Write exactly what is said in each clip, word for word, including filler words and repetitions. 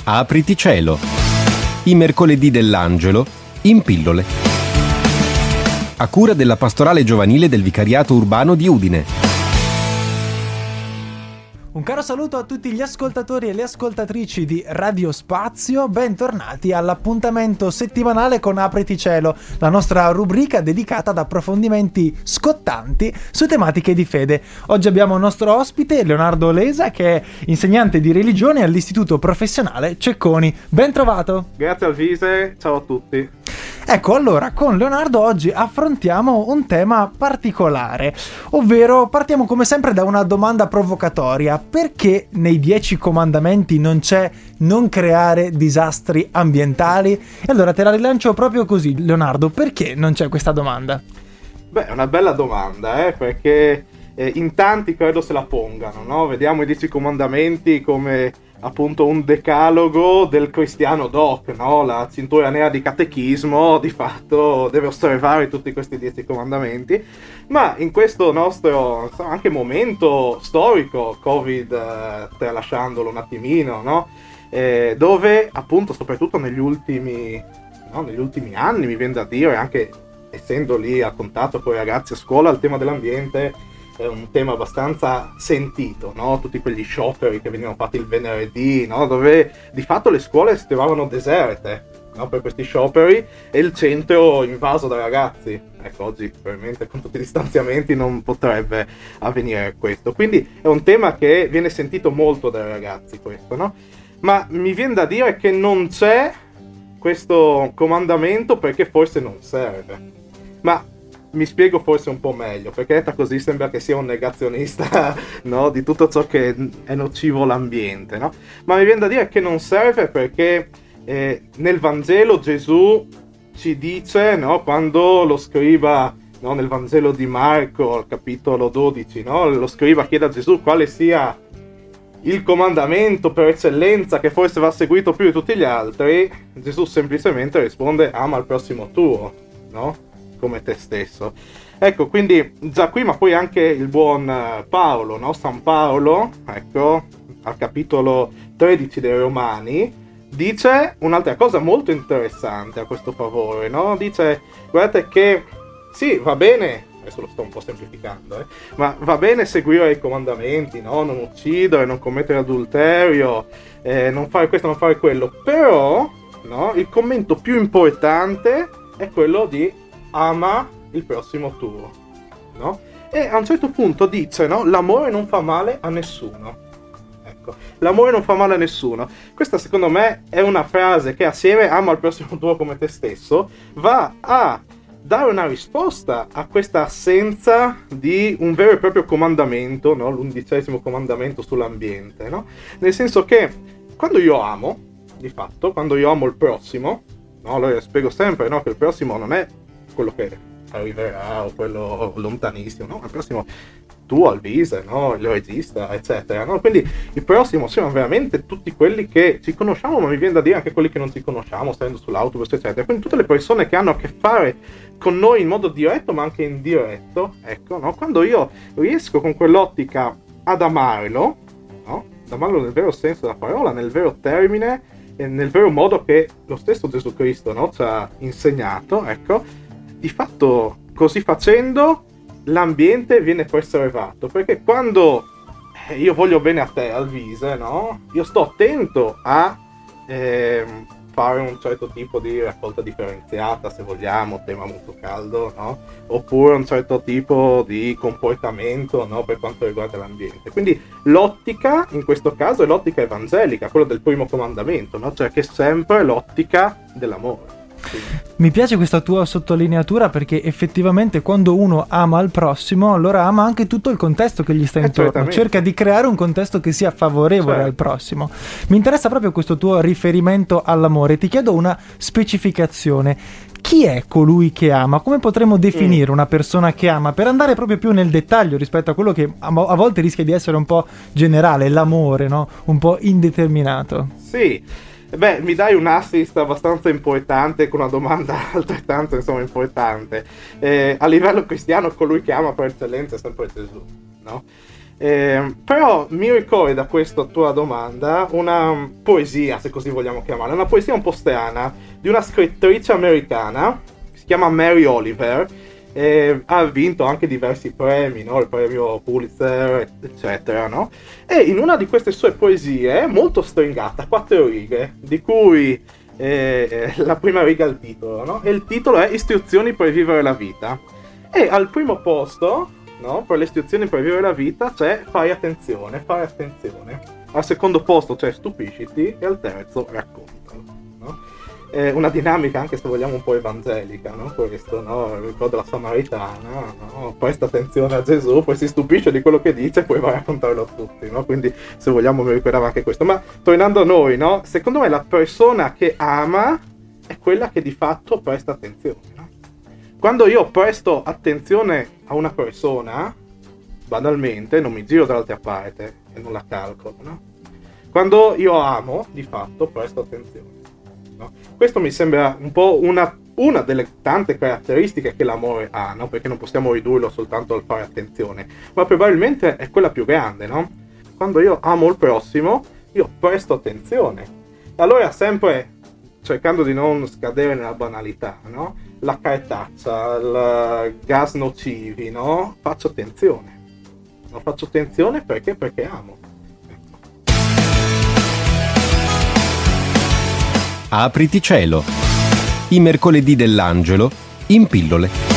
Apriti cielo. I mercoledì dell'Angelo in pillole. A cura della pastorale giovanile del Vicariato Urbano di Udine. Un caro saluto a tutti gli ascoltatori e le ascoltatrici di Radio Spazio, bentornati all'appuntamento settimanale con Apriti Cielo, la nostra rubrica dedicata ad approfondimenti scottanti su tematiche di fede. Oggi abbiamo il nostro ospite Leonardo Lesa, che è insegnante di religione all'Istituto Professionale Cecconi. Ben trovato! Grazie Alvise, ciao a tutti! Ecco, allora, con Leonardo oggi affrontiamo un tema particolare, ovvero partiamo come sempre da una domanda provocatoria. Perché nei dieci comandamenti non c'è non creare disastri ambientali? E allora te la rilancio proprio così, Leonardo, perché non c'è questa domanda? Beh, è una bella domanda, eh, perché eh, in tanti credo se la pongano, no? Vediamo i dieci comandamenti come appunto un decalogo del cristiano doc, no? La cintura nera di catechismo di fatto deve osservare tutti questi dieci comandamenti, ma in questo nostro anche momento storico, Covid eh, tralasciandolo un attimino, no? Eh, dove appunto soprattutto negli ultimi, no? negli ultimi anni mi viene da dire, anche essendo lì a contatto con i ragazzi a scuola, il tema dell'ambiente è un tema abbastanza sentito, no? Tutti quegli scioperi che venivano fatti il venerdì, no? Dove di fatto le scuole si trovavano deserte, no? Per questi scioperi, e il centro invaso dai ragazzi. Ecco, oggi probabilmente con tutti i distanziamenti non potrebbe avvenire questo. Quindi è un tema che viene sentito molto dai ragazzi, questo, no? Ma mi viene da dire che non c'è questo comandamento perché forse non serve. Ma mi spiego forse un po' meglio, perché detta così sembra che sia un negazionista, no? Di tutto ciò che è nocivo all'ambiente, no? Ma mi viene da dire che non serve perché eh, nel Vangelo Gesù ci dice, no? Quando lo scriba, no? Nel Vangelo di Marco, al capitolo dodici, no? Lo scriba chiede a Gesù quale sia il comandamento per eccellenza che forse va seguito più di tutti gli altri. Gesù semplicemente risponde: ama il prossimo tuo, no? Come te stesso. Ecco, quindi già qui, ma poi anche il buon Paolo, no? San Paolo, ecco, al capitolo tredici dei Romani, dice un'altra cosa molto interessante a questo favore, no? Dice, guardate che sì, va bene, adesso lo sto un po' semplificando, eh, ma va bene seguire i comandamenti, no? Non uccidere, non commettere adulterio, eh, non fare questo, non fare quello, però, no? Il commento più importante è quello di ama il prossimo tuo, no? E a un certo punto dice, no? L'amore non fa male a nessuno. Ecco, l'amore non fa male a nessuno. Questa secondo me è una frase che assieme ama il prossimo tuo come te stesso va a dare una risposta a questa assenza di un vero e proprio comandamento, no? L'undicesimo comandamento sull'ambiente, no? Nel senso che quando io amo, di fatto, quando io amo il prossimo, no? Allora io spiego sempre, no? Che il prossimo non è quello che arriverà o quello lontanissimo, no? Il prossimo tu, Alvise, no? Il regista, eccetera, no? Quindi il prossimo sono veramente tutti quelli che ci conosciamo, ma mi viene da dire anche quelli che non ci conosciamo, stando sull'autobus, eccetera. Quindi tutte le persone che hanno a che fare con noi in modo diretto, ma anche indiretto, ecco, no? Quando io riesco con quell'ottica ad amarlo, no? Ad amarlo nel vero senso della parola, nel vero termine, e nel vero modo che lo stesso Gesù Cristo, no? Ci ha insegnato, ecco. Di fatto, così facendo, l'ambiente viene preservato, perché quando io voglio bene a te, Alvise, no? Io sto attento a eh, fare un certo tipo di raccolta differenziata, se vogliamo, tema molto caldo, no? Oppure un certo tipo di comportamento, no? Per quanto riguarda l'ambiente. Quindi l'ottica, in questo caso, è l'ottica evangelica, quella del primo comandamento, no? Cioè che è sempre l'ottica dell'amore. Mi piace questa tua sottolineatura, perché effettivamente quando uno ama il prossimo, allora ama anche tutto il contesto che gli sta intorno, cerca di creare un contesto che sia favorevole, certo, al prossimo. Mi interessa proprio questo tuo riferimento all'amore. Ti chiedo una specificazione: chi è colui che ama? Come potremmo definire mm. una persona che ama, per andare proprio più nel dettaglio rispetto a quello che a volte rischia di essere un po' generale, l'amore, no? Un po' indeterminato. Sì. Beh, mi dai un assist abbastanza importante con una domanda altrettanto, insomma, importante. Eh, a livello cristiano, colui che ama per eccellenza è sempre Gesù, no? Eh, però mi ricordi da questa tua domanda una poesia, se così vogliamo chiamarla, una poesia un po' strana di una scrittrice americana che si chiama Mary Oliver. Eh, ha vinto anche diversi premi, no? Il premio Pulitzer, eccetera, no? E in una di queste sue poesie, molto stringata, quattro righe, di cui eh, la prima riga è il titolo, no? E il titolo è Istruzioni per vivere la vita. E al primo posto, no? Per le istruzioni per vivere la vita c'è fai attenzione, fai attenzione. Al secondo posto c'è stupisciti e al terzo raccontalo, no? È una dinamica anche, se vogliamo, un po' evangelica, no? Questo, no? Ricordo la Samaritana, no? Presta attenzione a Gesù, poi si stupisce di quello che dice e poi va a raccontarlo a tutti, no? Quindi, se vogliamo, mi ricordava anche questo. Ma tornando a noi, no? Secondo me la persona che ama è quella che di fatto presta attenzione, no? Quando io presto attenzione a una persona, banalmente, non mi giro dall'altra parte e non la calcolo, no? Quando io amo, di fatto, presto attenzione. No? Questo mi sembra un po' una, una delle tante caratteristiche che l'amore ha, no? Perché non possiamo ridurlo soltanto al fare attenzione, ma probabilmente è quella più grande, no? Quando io amo il prossimo, io presto attenzione. Allora, sempre cercando di non scadere nella banalità, no? La cartaccia, il gas nocivi, no? Faccio attenzione. No? Faccio attenzione perché? Perché amo. Apriti cielo. I mercoledì dell'angelo in pillole.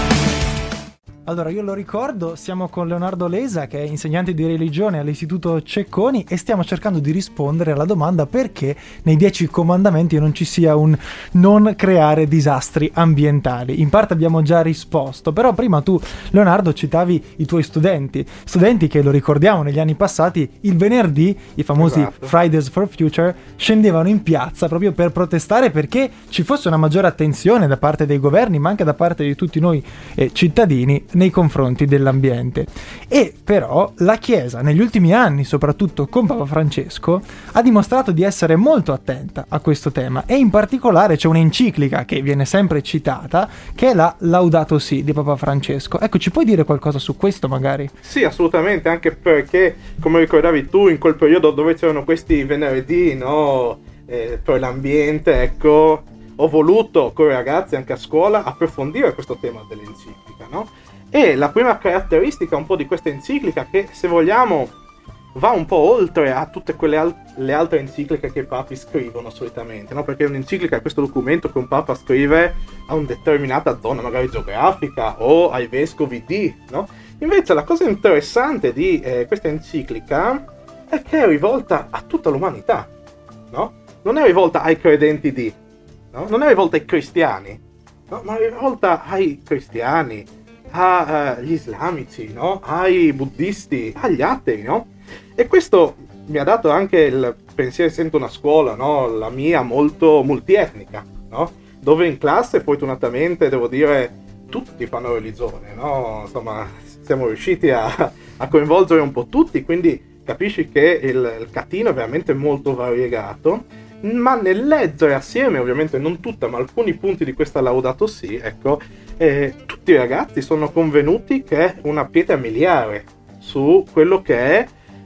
Allora, io lo ricordo, siamo con Leonardo Lesa, che è insegnante di religione all'Istituto Cecconi, e stiamo cercando di rispondere alla domanda perché nei dieci comandamenti non ci sia un non creare disastri ambientali. In parte abbiamo già risposto, però prima tu, Leonardo, citavi i tuoi studenti, studenti che, lo ricordiamo, negli anni passati, il venerdì, i famosi esatto. Fridays for Future, scendevano in piazza proprio per protestare perché ci fosse una maggiore attenzione da parte dei governi, ma anche da parte di tutti noi eh, cittadini, nei confronti dell'ambiente. E però la Chiesa negli ultimi anni, soprattutto con Papa Francesco, ha dimostrato di essere molto attenta a questo tema, e in particolare c'è un'enciclica che viene sempre citata, che è la Laudato Si di Papa Francesco. Ecco, ci puoi dire qualcosa su questo magari? Sì, assolutamente, anche perché, come ricordavi tu, in quel periodo dove c'erano questi venerdì, no, eh, per l'ambiente, ecco, ho voluto con i ragazzi anche a scuola approfondire questo tema dell'enciclica, no? E la prima caratteristica un po' di questa enciclica, che se vogliamo va un po' oltre a tutte quelle al- le altre encicliche che i papi scrivono solitamente, no? Perché un'enciclica è questo documento che un papa scrive a una determinata zona, magari geografica, o ai vescovi di, no? Invece la cosa interessante di eh, questa enciclica è che è rivolta a tutta l'umanità, no? Non è rivolta ai credenti di, no? Non è rivolta ai cristiani, no? Ma è rivolta ai cristiani, agli uh, islamici, no? Ai buddisti, agli atei, no? E questo mi ha dato anche il pensiero, essendo una scuola, no? La mia molto multietnica, no? Dove in classe, fortunatamente, devo dire, tutti fanno religione, no? Insomma, siamo riusciti a, a coinvolgere un po' tutti, quindi capisci che il, il catino è veramente molto variegato. Ma nel leggere assieme, ovviamente non tutta, ma alcuni punti di questa Laudato Si, ecco, eh, tutti i ragazzi sono convenuti che è una pietra miliare su quello che è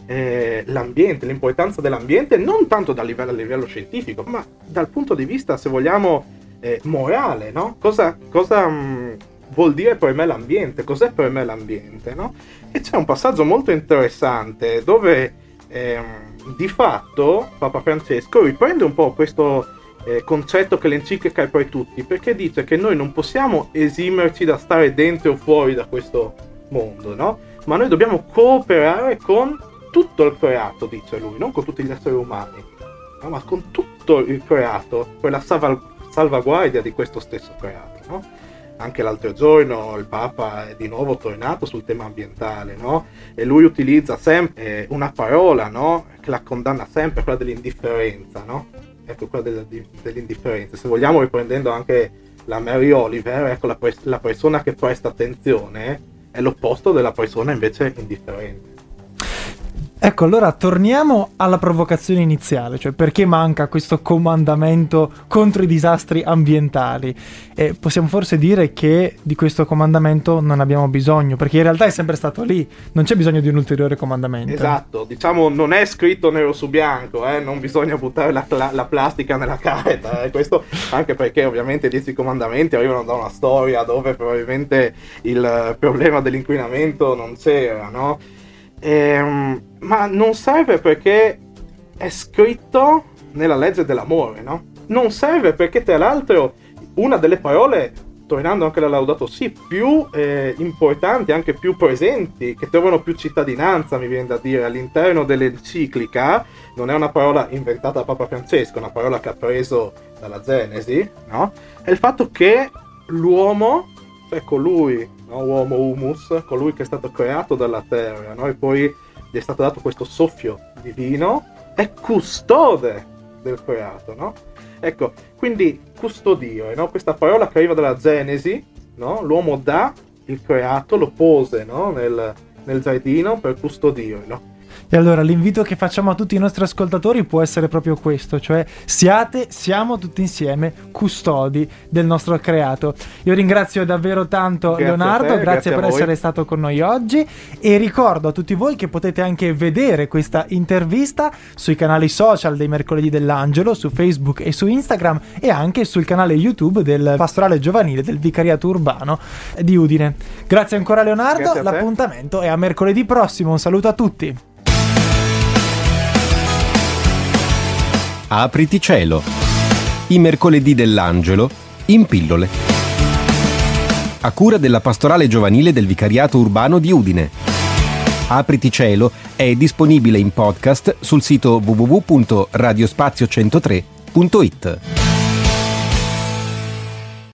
eh, l'ambiente, l'importanza dell'ambiente, non tanto dal livello, a livello scientifico, ma dal punto di vista, se vogliamo, eh, morale, no? Cosa, cosa mh, vuol dire per me l'ambiente? Cos'è per me l'ambiente, no? E c'è un passaggio molto interessante dove eh, di fatto Papa Francesco riprende un po' questo eh, concetto che l'enciclica è per tutti, perché dice che noi non possiamo esimerci da stare dentro o fuori da questo mondo, no? Ma noi dobbiamo cooperare con tutto il creato, dice lui, non con tutti gli esseri umani, no? Ma con tutto il creato, per la salv- salvaguardia di questo stesso creato, no? Anche l'altro giorno il Papa è di nuovo tornato sul tema ambientale, no? E lui utilizza sempre una parola, no? Che la condanna sempre, quella dell'indifferenza, no? Ecco, quella della, dell'indifferenza. Se vogliamo, riprendendo anche la Mary Oliver, ecco, la, pres- la persona che presta attenzione è l'opposto della persona invece indifferente. Ecco, allora torniamo alla provocazione iniziale, cioè perché manca questo comandamento contro i disastri ambientali? E possiamo forse dire che di questo comandamento non abbiamo bisogno, perché in realtà è sempre stato lì, non c'è bisogno di un ulteriore comandamento. Esatto, diciamo non è scritto nero su bianco, eh? Non bisogna buttare la, la, la plastica nella carta, eh? Questo anche perché ovviamente i dieci comandamenti arrivano da una storia dove probabilmente il problema dell'inquinamento non c'era, no? Ehm, ma non serve perché è scritto nella legge dell'amore, no? Non serve perché tra l'altro una delle parole, tornando anche alla Laudato Si, più eh, importanti, anche più presenti, che trovano più cittadinanza, mi viene da dire, all'interno dell'enciclica, non è una parola inventata da Papa Francesco, è una parola che ha preso dalla Genesi, no? È il fatto che l'uomo, cioè colui, no, uomo humus, colui che è stato creato dalla terra, no? E poi gli è stato dato questo soffio divino, è custode del creato, no? Ecco, quindi custodire, no? Questa parola che arriva dalla Genesi, no? L'uomo dà il creato, lo pose, no? nel, nel giardino per custodirlo. E allora l'invito che facciamo a tutti i nostri ascoltatori può essere proprio questo, cioè siate, siamo tutti insieme custodi del nostro creato. Io ringrazio davvero tanto grazie Leonardo, te, grazie, grazie per essere stato con noi oggi, e ricordo a tutti voi che potete anche vedere questa intervista sui canali social dei Mercoledì dell'Angelo, su Facebook e su Instagram, e anche sul canale YouTube del Pastorale Giovanile del Vicariato Urbano di Udine. Grazie ancora Leonardo, l'appuntamento è a mercoledì prossimo, un saluto a tutti. Apriti cielo. I mercoledì dell'Angelo in pillole. A cura della Pastorale Giovanile del Vicariato Urbano di Udine. Apriti cielo è disponibile in podcast sul sito w w w punto radiospazio centotre punto it.